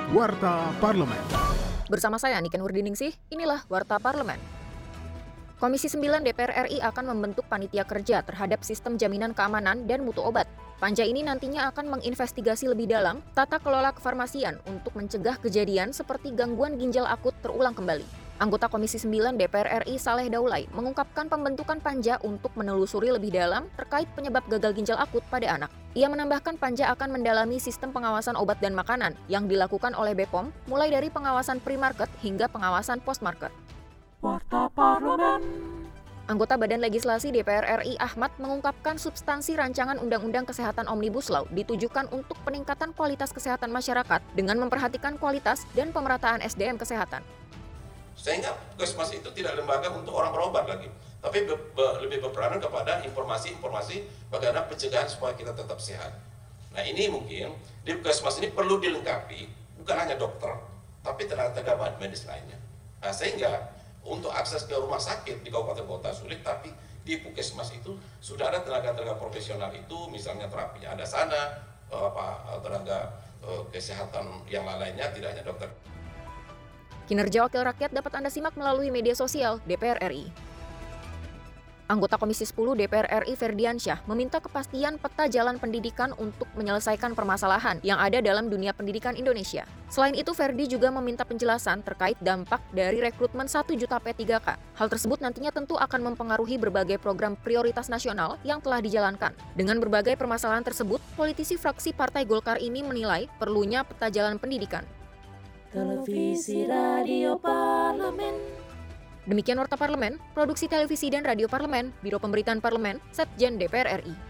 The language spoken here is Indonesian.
Warta Parlemen. Bersama saya Niken Hurdiningsih, inilah Warta Parlemen. Komisi 9 DPR RI akan membentuk panitia kerja terhadap sistem jaminan keamanan dan mutu obat. Panja ini nantinya akan menginvestigasi lebih dalam tata kelola kefarmasian untuk mencegah kejadian seperti gangguan ginjal akut terulang kembali. Anggota Komisi 9 DPR RI Saleh Daulay mengungkapkan pembentukan panja untuk menelusuri lebih dalam terkait penyebab gagal ginjal akut pada anak. Ia menambahkan panja akan mendalami sistem pengawasan obat dan makanan yang dilakukan oleh BPOM mulai dari pengawasan pre-market hingga pengawasan post-market. Warta Parlemen. Anggota Badan Legislasi DPR RI Ahmad mengungkapkan substansi rancangan Undang-Undang Kesehatan Omnibus Law ditujukan untuk peningkatan kualitas kesehatan masyarakat dengan memperhatikan kualitas dan pemerataan SDM kesehatan. Sehingga Puskesmas itu tidak lembaga untuk orang berobat lagi, tapi lebih berperan kepada informasi-informasi bagaimana pencegahan supaya kita tetap sehat. Nah ini mungkin di Puskesmas ini perlu dilengkapi, bukan hanya dokter, tapi tenaga medis lainnya. Nah sehingga untuk akses ke rumah sakit di kabupaten kota sulit, tapi di Puskesmas itu sudah ada tenaga-tenaga profesional itu, misalnya terapinya ada sana, tenaga kesehatan yang lainnya, tidak hanya dokter. Kinerja Wakil Rakyat dapat Anda simak melalui media sosial DPR RI. Anggota Komisi 10 DPR RI Ferdiansyah meminta kepastian peta jalan pendidikan untuk menyelesaikan permasalahan yang ada dalam dunia pendidikan Indonesia. Selain itu, Ferdi juga meminta penjelasan terkait dampak dari rekrutmen 1 juta P3K. Hal tersebut nantinya tentu akan mempengaruhi berbagai program prioritas nasional yang telah dijalankan. Dengan berbagai permasalahan tersebut, politisi fraksi Partai Golkar ini menilai perlunya peta jalan pendidikan. Televisi Radio Parlemen. Demikian Warta Parlemen, Produksi Televisi dan Radio Parlemen, Biro Pemberitaan Parlemen, Setjen DPR RI.